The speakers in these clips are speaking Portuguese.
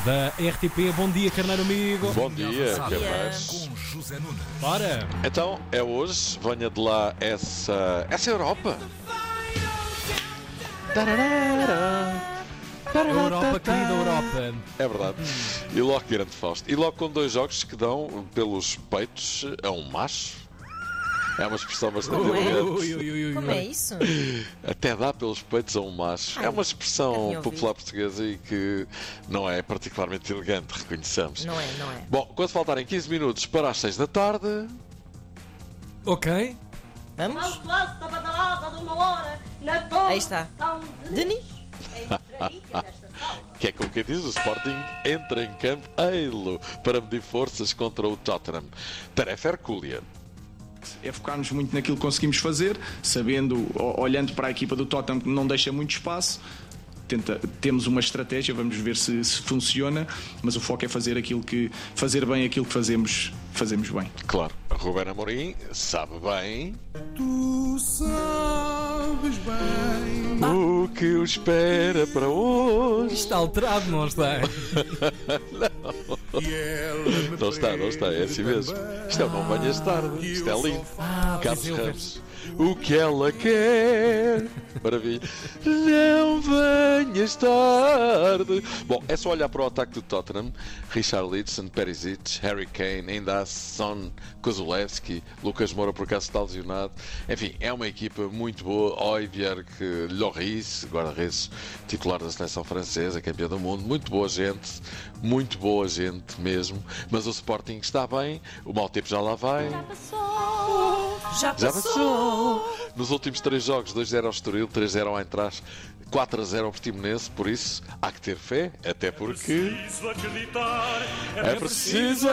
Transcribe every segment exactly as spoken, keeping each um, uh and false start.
da R T P. Bom dia, carneiro amigo. Bom dia, Carneiros. Com José Nunes. Bora. Então, é hoje, venha de lá essa, essa Europa. Europa, querida Europa. É verdade. E logo grande Fausto. E logo com dois jogos que dão pelos peitos a um macho. É uma expressão bastante Como é? elegante. Ui, ui, ui, ui, Como é ui. isso? Até dá pelos peitos a um macho. Ai, É uma nunca expressão tinha ouvido. popular portuguesa e que não é particularmente elegante, reconheçamos. Não é, não é. Bom, quando faltarem quinze minutos para as seis da tarde... Ok. Vamos? Ao clássico da badalada de uma hora na torre. Aí está. Denis? Que é como quem diz, o Sporting entra em campo eilo para medir forças contra o Tottenham. Tarefa hercúlea. É focar-nos muito naquilo que conseguimos fazer, sabendo, olhando para a equipa do Tottenham que não deixa muito espaço. Tenta, temos uma estratégia, vamos ver se, se funciona, mas o foco é fazer aquilo que fazer bem aquilo que fazemos, fazemos bem. Claro, Ruben Amorim sabe bem Tu sabes bem. o que o espera para hoje. Está alterado, não está? E ela me Não está, não está, é assim mesmo. Isto é o Não Venhas Tarde, isto é lindo. Ah, Carlos pois é, Ramos, o que ela quer. Maravilha. Não venhas tarde. Bom, é só olhar para o ataque do Tottenham. Richarlison, Perisic, Harry Kane, ainda há Son, Kozulewski, Lucas Moura por acaso está lesionado. Enfim, é uma equipa muito boa. Højbjerg, Lloris, guarda-redes titular da seleção francesa, campeão do mundo. Muito boa gente, muito boa gente mesmo. Mas o Sporting está bem, o mau tempo já lá vai. Já Já passou. passou! Nos últimos três jogos, dois a zero ao Estoril, três a zero ao Eintracht, quatro a zero ao Portimonense, por isso há que ter fé, até porque é preciso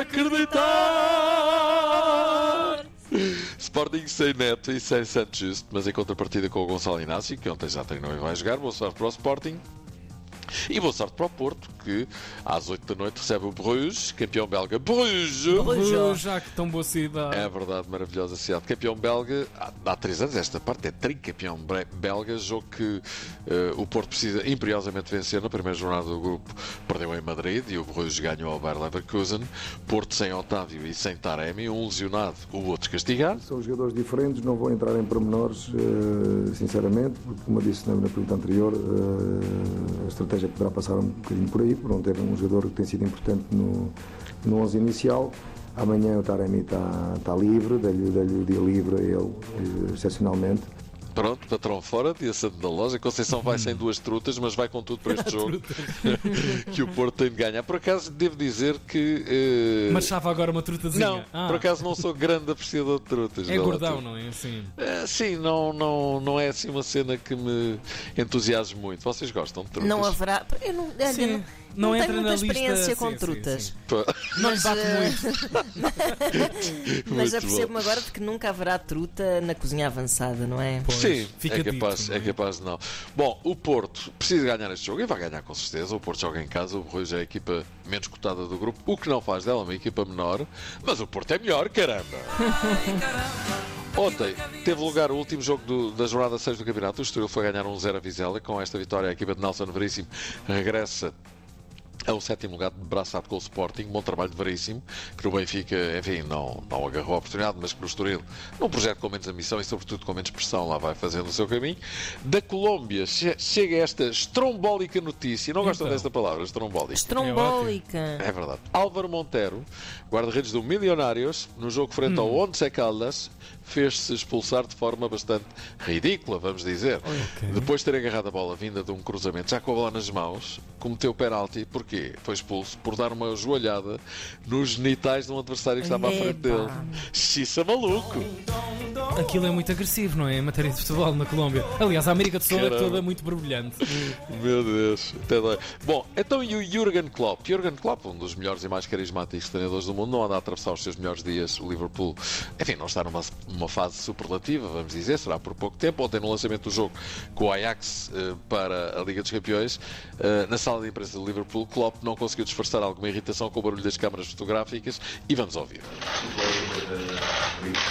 acreditar! Sporting sem Neto e sem Santos Justo, mas em contrapartida com o Gonçalo Inácio, que ontem já treinou e vai jogar. Boa sorte para o Sporting. E boa sorte para o Porto, que às oito da noite recebe o Bruges, campeão belga. Bruges! Bruges. Já que tão boa cidade. É verdade, maravilhosa cidade. Campeão belga, há, há três anos, esta parte é tricampeão bre- belga, jogo que eh, o Porto precisa imperiosamente vencer na primeira jornada do grupo. Perdeu em Madrid e o Bruges ganhou ao Bayer Leverkusen. Porto sem Otávio e sem Taremi, um lesionado, o outro castigado. São jogadores diferentes, não vou entrar em pormenores, eh, sinceramente, porque, como eu disse na, na pergunta anterior, eh, a estratégia poderá passar um bocadinho por aí, por não ter um jogador que tem sido importante no, no onze inicial. Amanhã o Taremi está, está livre, dei-lhe, dei-lhe o dia livre a ele, eh, excepcionalmente. Pronto, patrão fora, dia santo da loja. Conceição vai sem duas trutas, mas vai com tudo para este jogo que o Porto tem de ganhar. Por acaso, devo dizer que... eh, Mas estava agora uma trutazinha. Não, Ah, por acaso não sou grande apreciador de trutas. é vê lá gordão, tu. não é? Assim. Eh, sim, não, não, não é assim uma cena que me entusiasme muito. Vocês gostam de trutas? Não haverá. Eu não, olha, Sim, não, não não entra tenho na muita lista, experiência sim, com sim, trutas. sim. Pá, Não lhe Mas, bate eh, muito. Mas muito apercebo-me bom. agora de que nunca haverá truta na cozinha avançada, não é? Pois, Sim, fica é dito, capaz, não é capaz de não. Bom, o Porto precisa ganhar este jogo e vai ganhar com certeza. O Porto joga em casa, o Bruges é a equipa menos cotada do grupo, o que não faz dela uma equipa menor, mas o Porto é melhor, caramba! Ontem teve lugar o último jogo do- da jornada seis do campeonato. O Estoril foi ganhar um zero a Vizela. Com esta vitória, a equipa de Nelson Veríssimo regressa ao sétimo lugar, de braço dado com o Sporting. Bom trabalho de Veríssimo, que no Benfica, enfim, não, não agarrou a oportunidade, mas que no Estoril, num projeto com menos ambição e sobretudo com menos pressão, lá vai fazendo o seu caminho. Da Colômbia che- chega esta estrombólica notícia. Não gostam Então. desta palavra, estrombólica? Estrombólica. É verdade. Álvaro Montero, guarda-redes do Milionários, no jogo frente ao Once Caldas, fez-se expulsar de forma bastante ridícula, vamos dizer. Ok. Depois de ter agarrado a bola vinda de um cruzamento, já com a bola nas mãos, cometeu penalti. Porquê? Foi expulso por dar uma joelhada nos genitais de um adversário que estava à frente Epá. dele. Xiça maluco! Aquilo é muito agressivo, não é? Em matéria de futebol na Colômbia. Aliás, a América do Sul é Caramba. toda muito borbulhante. Meu Deus, até dói. Bom, então e o Jürgen Klopp? Jürgen Klopp, um dos melhores e mais carismáticos treinadores do mundo, não anda a atravessar os seus melhores dias. O Liverpool, enfim, não está numa, numa fase superlativa, vamos dizer, será por pouco tempo. Ontem, no lançamento do jogo com o Ajax eh, para a Liga dos Campeões, eh, na sala de imprensa do Liverpool, Klopp não conseguiu disfarçar alguma irritação com o barulho das câmaras fotográficas e vamos ouvir.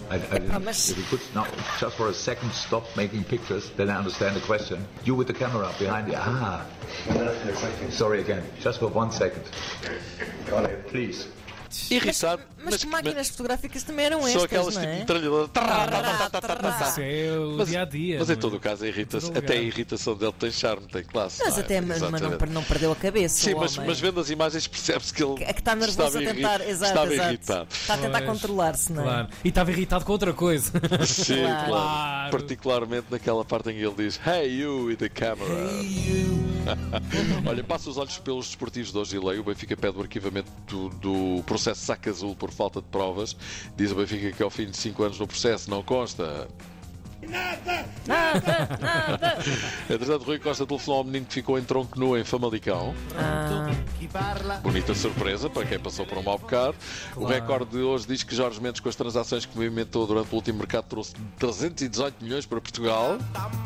I, I didn't, if you could now just for a second stop making pictures, then I understand the question. You with the camera behind you. Ah. Sorry again. Just for one second. Please. Irritado. Mas que máquinas fotográficas também eram São estas, aquelas não tipo é? metralhadoras. Mas isso é o Mas, dia a dia. mas em não é? todo o caso, a irrita Todo até a lugar. irritação dele tem charme, tem classe. Mas não é? até mas, mas não, Exatamente. não perdeu a cabeça. Sim, o mas, homem. mas vendo as imagens percebe-se que ele É que está nervoso estava a tentar. irri- Exato, estava exato. irritado. Está a tentar Pois. controlar-se, não é? Claro. E estava irritado com outra coisa. Sim, Claro. claro. Particularmente naquela parte em que ele diz Hey you with the camera. Olha, passa os olhos pelos desportivos de hoje e leio. O Benfica pede o arquivamento do, do processo Saca Azul por falta de provas. Diz o Benfica que ao fim de cinco anos no processo não consta. Nada, nada. Entretanto, Rui Costa telefonou ao menino que ficou em tronco nu em Famalicão. Ah, Bonita surpresa para quem passou por um mau bocado. O recorde de hoje diz que Jorge Mendes, com as transações que movimentou durante o último mercado, trouxe trezentos e dezoito milhões para Portugal.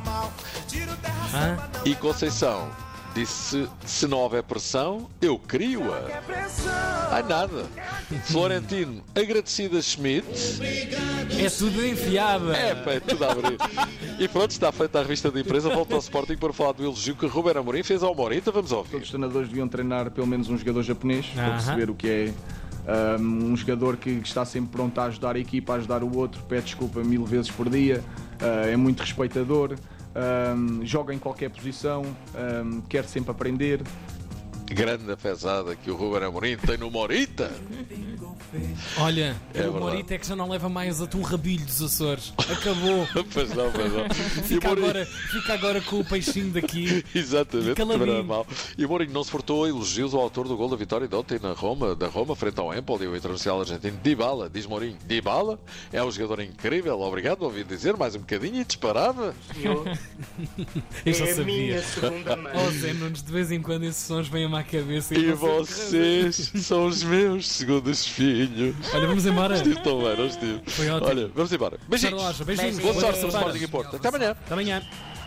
Ah, E Conceição disse: se não houver pressão, eu crio-a. Ai nada. Florentino, agradecido a Schmidt. é tudo enfiada. É, pá, é tudo a abrir. E pronto, está feita a revista de imprensa. Volta ao Sporting para falar do elogio que Ruben Amorim fez ao Morita. Vamos Todos ouvir. os treinadores deviam treinar pelo menos um jogador japonês para Aham. perceber o que é um, um jogador que está sempre pronto a ajudar a equipa, a ajudar o outro, pede desculpa mil vezes por dia, uh, é muito respeitador, um, joga em qualquer posição, um, quer sempre aprender. Grande pesada que o Ruben Amorim tem no Morita. Olha, É o verdade. Morita é que já não leva mais atum rabilho dos Açores. Acabou. Pois não, pois não. E o Fica Mourinho- agora, fica agora com o peixinho daqui. Exatamente, Caladinho. que era mal. E o Mourinho não se furtou a elogios ao autor do gol da vitória de ontem na Roma, da Roma, frente ao Empoli, o internacional argentino Dybala. Diz Mourinho: Dybala é um jogador incrível, obrigado, ouvi dizer mais um bocadinho e disparava. Eu já É a sabia. minha segunda mãe. Oh Zé Nunes, de vez em quando esses sons vêm-me à cabeça. E não sei o que vocês são os meus segundos filhos. fazer. Olha, vamos embora. Estive tão bem, não estive? Foi ótimo. Olha, vamos embora. Beijinhos. Beijinhos. Boa sorte no Boa Sporting e Porto. Até amanhã. Até amanhã.